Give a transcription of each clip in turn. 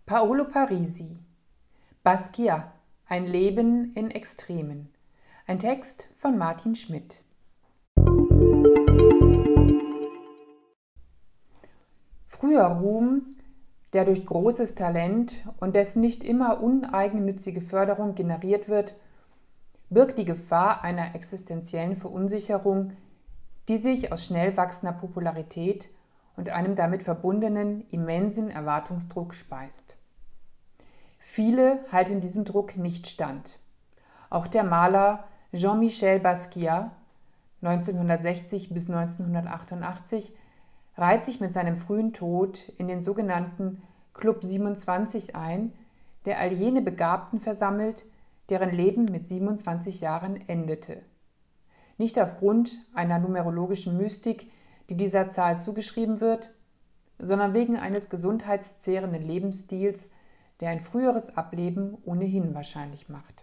Paolo Parisi, Basquiat, ein Leben in Extremen. Ein Text von Martin Schmidt. Früher Ruhm, der durch großes Talent und dessen nicht immer uneigennützige Förderung generiert wird, birgt die Gefahr einer existenziellen Verunsicherung, die sich aus schnell wachsender Popularität und einem damit verbundenen immensen Erwartungsdruck speist. Viele halten diesem Druck nicht stand. Auch der Maler Jean-Michel Basquiat, 1960 bis 1988, reiht sich mit seinem frühen Tod in den sogenannten Club 27 ein, der all jene Begabten versammelt, deren Leben mit 27 Jahren endete. Nicht aufgrund einer numerologischen Mystik, die dieser Zahl zugeschrieben wird, sondern wegen eines gesundheitszehrenden Lebensstils, der ein früheres Ableben ohnehin wahrscheinlich macht.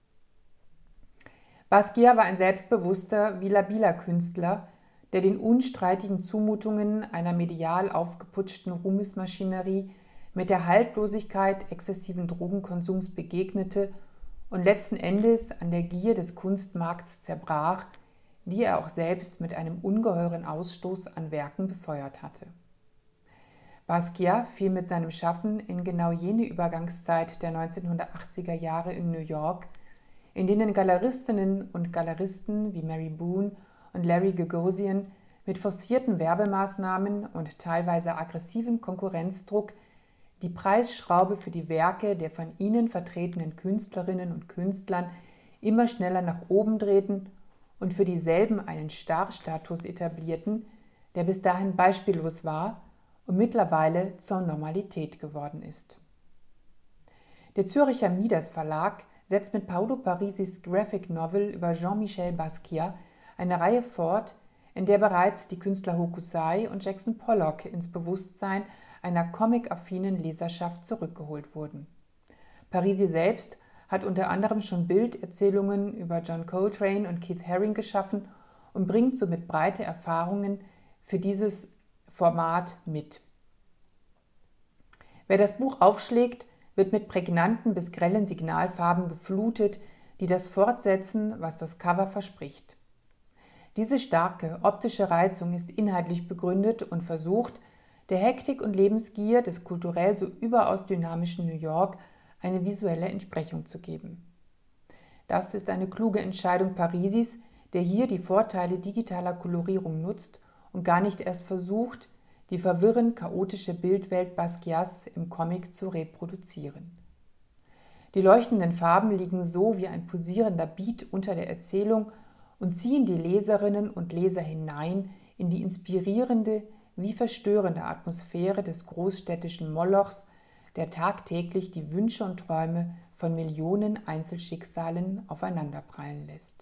Basquiat war ein selbstbewusster wie labiler Künstler, der den unstreitigen Zumutungen einer medial aufgeputschten Ruhmesmaschinerie mit der Haltlosigkeit exzessiven Drogenkonsums begegnete und letzten Endes an der Gier des Kunstmarkts zerbrach, die er auch selbst mit einem ungeheuren Ausstoß an Werken befeuert hatte. Basquiat fiel mit seinem Schaffen in genau jene Übergangszeit der 1980er Jahre in New York, in denen Galeristinnen und Galeristen wie Mary Boone und Larry Gagosian mit forcierten Werbemaßnahmen und teilweise aggressivem Konkurrenzdruck die Preisschraube für die Werke der von ihnen vertretenen Künstlerinnen und Künstlern immer schneller nach oben drehten und für dieselben einen Starrstatus etablierten, der bis dahin beispiellos war und mittlerweile zur Normalität geworden ist. Der Zürcher Midas Verlag setzt mit Paolo Parisis Graphic Novel über Jean-Michel Basquiat eine Reihe fort, in der bereits die Künstler Hokusai und Jackson Pollock ins Bewusstsein einer comic-affinen Leserschaft zurückgeholt wurden. Parisi selbst hat unter anderem schon Bilderzählungen über John Coltrane und Keith Haring geschaffen und bringt somit breite Erfahrungen für dieses Format mit. Wer das Buch aufschlägt, wird mit prägnanten bis grellen Signalfarben geflutet, die das fortsetzen, was das Cover verspricht. Diese starke optische Reizung ist inhaltlich begründet und versucht, der Hektik und Lebensgier des kulturell so überaus dynamischen New York eine visuelle Entsprechung zu geben. Das ist eine kluge Entscheidung Parisis, der hier die Vorteile digitaler Kolorierung nutzt und gar nicht erst versucht, die verwirrend chaotische Bildwelt Basquiats im Comic zu reproduzieren. Die leuchtenden Farben liegen so wie ein pulsierender Beat unter der Erzählung und ziehen die Leserinnen und Leser hinein in die inspirierende wie verstörende Atmosphäre des großstädtischen Molochs, der tagtäglich die Wünsche und Träume von Millionen Einzelschicksalen aufeinanderprallen lässt.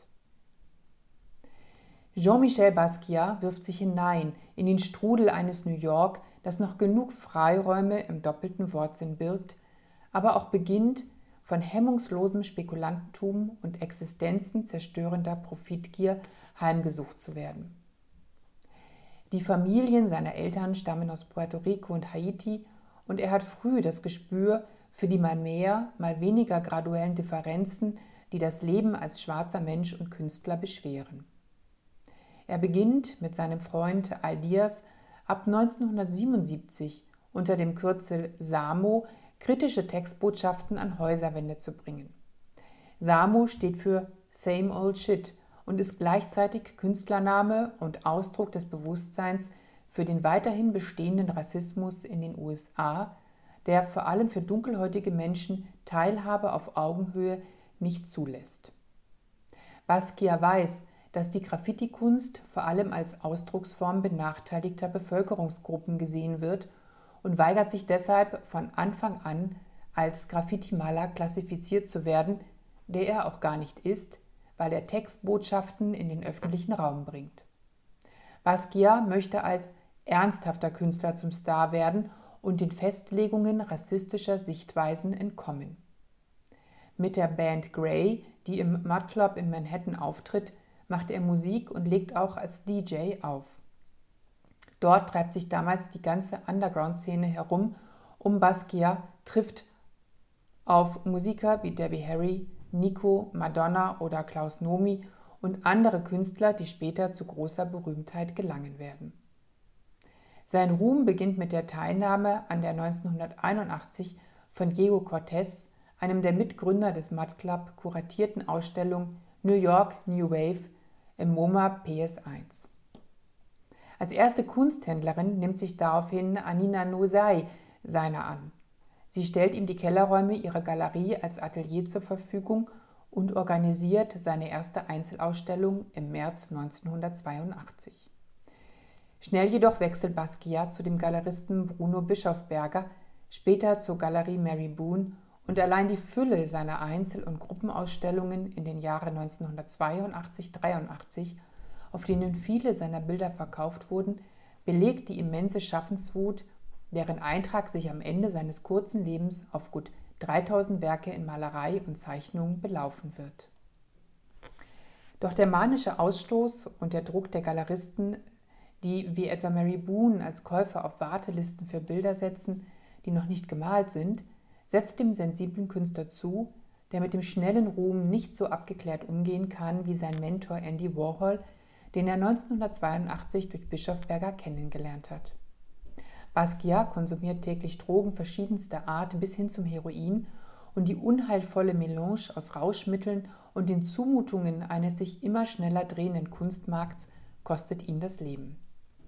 Jean-Michel Basquiat wirft sich hinein in den Strudel eines New York, das noch genug Freiräume im doppelten Wortsinn birgt, aber auch beginnt, von hemmungslosem Spekulantentum und existenzenzerstörender Profitgier heimgesucht zu werden. Die Familien seiner Eltern stammen aus Puerto Rico und Haiti und er hat früh das Gespür für die mal mehr, mal weniger graduellen Differenzen, die das Leben als schwarzer Mensch und Künstler beschweren. Er beginnt mit seinem Freund Al Diaz ab 1977 unter dem Kürzel SAMO kritische Textbotschaften an Häuserwände zu bringen. SAMO steht für Same Old Shit und ist gleichzeitig Künstlername und Ausdruck des Bewusstseins für den weiterhin bestehenden Rassismus in den USA, der vor allem für dunkelhäutige Menschen Teilhabe auf Augenhöhe nicht zulässt. Basquiat weiß, dass die Graffiti-Kunst vor allem als Ausdrucksform benachteiligter Bevölkerungsgruppen gesehen wird und weigert sich deshalb von Anfang an als Graffiti-Maler klassifiziert zu werden, der er auch gar nicht ist, weil er Textbotschaften in den öffentlichen Raum bringt. Basquiat möchte als ernsthafter Künstler zum Star werden und den Festlegungen rassistischer Sichtweisen entkommen. Mit der Band Grey, die im Mud Club in Manhattan auftritt, macht er Musik und legt auch als DJ auf. Dort treibt sich damals die ganze Underground-Szene herum um Basquiat trifft auf Musiker wie Debbie Harry, Nico, Madonna oder Klaus Nomi und andere Künstler, die später zu großer Berühmtheit gelangen werden. Sein Ruhm beginnt mit der Teilnahme an der 1981 von Diego Cortés, einem der Mitgründer des Mad Club, kuratierten Ausstellung New York New Wave im MoMA PS1. Als erste Kunsthändlerin nimmt sich daraufhin Anina Nosei seiner an. Sie stellt ihm die Kellerräume ihrer Galerie als Atelier zur Verfügung und organisiert seine erste Einzelausstellung im März 1982. Schnell jedoch wechselt Basquiat zu dem Galeristen Bruno Bischofberger, später zur Galerie Mary Boone, und allein die Fülle seiner Einzel- und Gruppenausstellungen in den Jahren 1982–83, auf denen viele seiner Bilder verkauft wurden, belegt die immense Schaffenswut, deren Eintrag sich am Ende seines kurzen Lebens auf gut 3000 Werke in Malerei und Zeichnung belaufen wird. Doch der manische Ausstoß und der Druck der Galeristen, die wie etwa Mary Boone als Käufer auf Wartelisten für Bilder setzen, die noch nicht gemalt sind, setzt dem sensiblen Künstler zu, der mit dem schnellen Ruhm nicht so abgeklärt umgehen kann wie sein Mentor Andy Warhol, den er 1982 durch Bischofberger kennengelernt hat. Basquiat konsumiert täglich Drogen verschiedenster Art bis hin zum Heroin und die unheilvolle Melange aus Rauschmitteln und den Zumutungen eines sich immer schneller drehenden Kunstmarkts kostet ihn das Leben.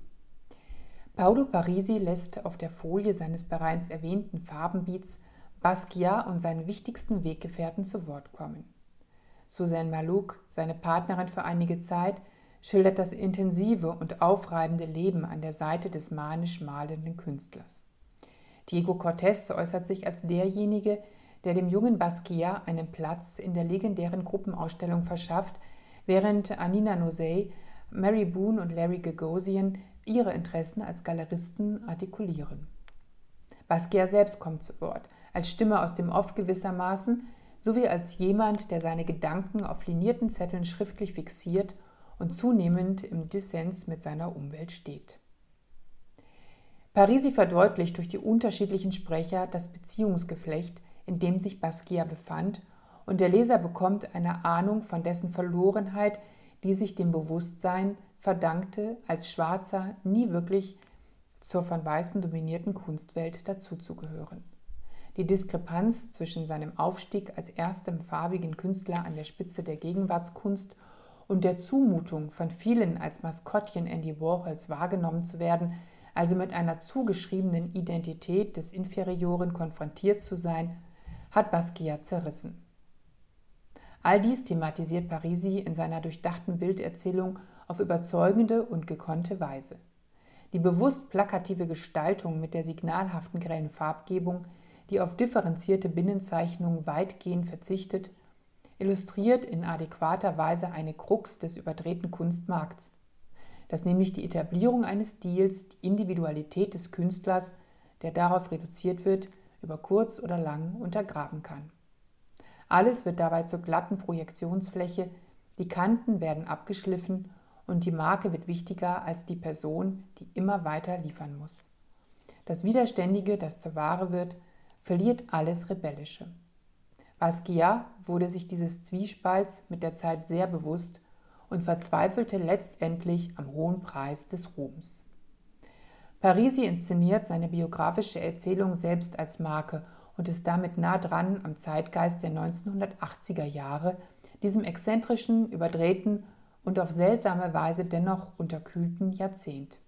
Paolo Parisi lässt auf der Folie seines bereits erwähnten Farbenbeats Basquiat und seinen wichtigsten Weggefährten zu Wort kommen. Suzanne Mallouk, seine Partnerin für einige Zeit, schildert das intensive und aufreibende Leben an der Seite des manisch malenden Künstlers. Diego Cortés äußert sich als derjenige, der dem jungen Basquiat einen Platz in der legendären Gruppenausstellung verschafft, während Anina Nosei, Mary Boone und Larry Gagosian ihre Interessen als Galeristen artikulieren. Basquiat selbst kommt zu Wort, als Stimme aus dem Off gewissermaßen, sowie als jemand, der seine Gedanken auf linierten Zetteln schriftlich fixiert und zunehmend im Dissens mit seiner Umwelt steht. Parisi verdeutlicht durch die unterschiedlichen Sprecher das Beziehungsgeflecht, in dem sich Basquiat befand, und der Leser bekommt eine Ahnung von dessen Verlorenheit, die sich dem Bewusstsein verdankte, als Schwarzer nie wirklich zur von Weißen dominierten Kunstwelt dazuzugehören. Die Diskrepanz zwischen seinem Aufstieg als erstem farbigen Künstler an der Spitze der Gegenwartskunst und der Zumutung, von vielen als Maskottchen Andy Warhols wahrgenommen zu werden, also mit einer zugeschriebenen Identität des Inferioren konfrontiert zu sein, hat Basquiat zerrissen. All dies thematisiert Parisi in seiner durchdachten Bilderzählung auf überzeugende und gekonnte Weise. Die bewusst plakative Gestaltung mit der signalhaften grellen Farbgebung, die auf differenzierte Binnenzeichnungen weitgehend verzichtet, illustriert in adäquater Weise eine Krux des überdrehten Kunstmarkts, dass nämlich die Etablierung eines Stils die Individualität des Künstlers, der darauf reduziert wird, über kurz oder lang untergraben kann. Alles wird dabei zur glatten Projektionsfläche, die Kanten werden abgeschliffen und die Marke wird wichtiger als die Person, die immer weiter liefern muss. Das Widerständige, das zur Ware wird, verliert alles Rebellische. Basquiat wurde sich dieses Zwiespalts mit der Zeit sehr bewusst und verzweifelte letztendlich am hohen Preis des Ruhms. Parisi inszeniert seine biografische Erzählung selbst als Marke und ist damit nah dran am Zeitgeist der 1980er Jahre, diesem exzentrischen, überdrehten und auf seltsame Weise dennoch unterkühlten Jahrzehnt.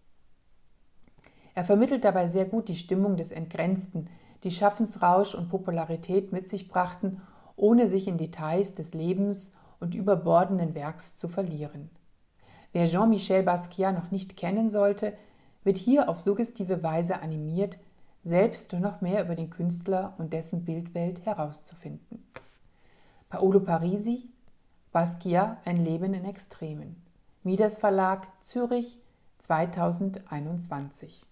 Er vermittelt dabei sehr gut die Stimmung des Entgrenzten, die Schaffensrausch und Popularität mit sich brachten, ohne sich in Details des Lebens und überbordenden Werks zu verlieren. Wer Jean-Michel Basquiat noch nicht kennen sollte, wird hier auf suggestive Weise animiert, selbst noch mehr über den Künstler und dessen Bildwelt herauszufinden. Paolo Parisi, Basquiat, ein Leben in Extremen. Midas Verlag, Zürich, 2021.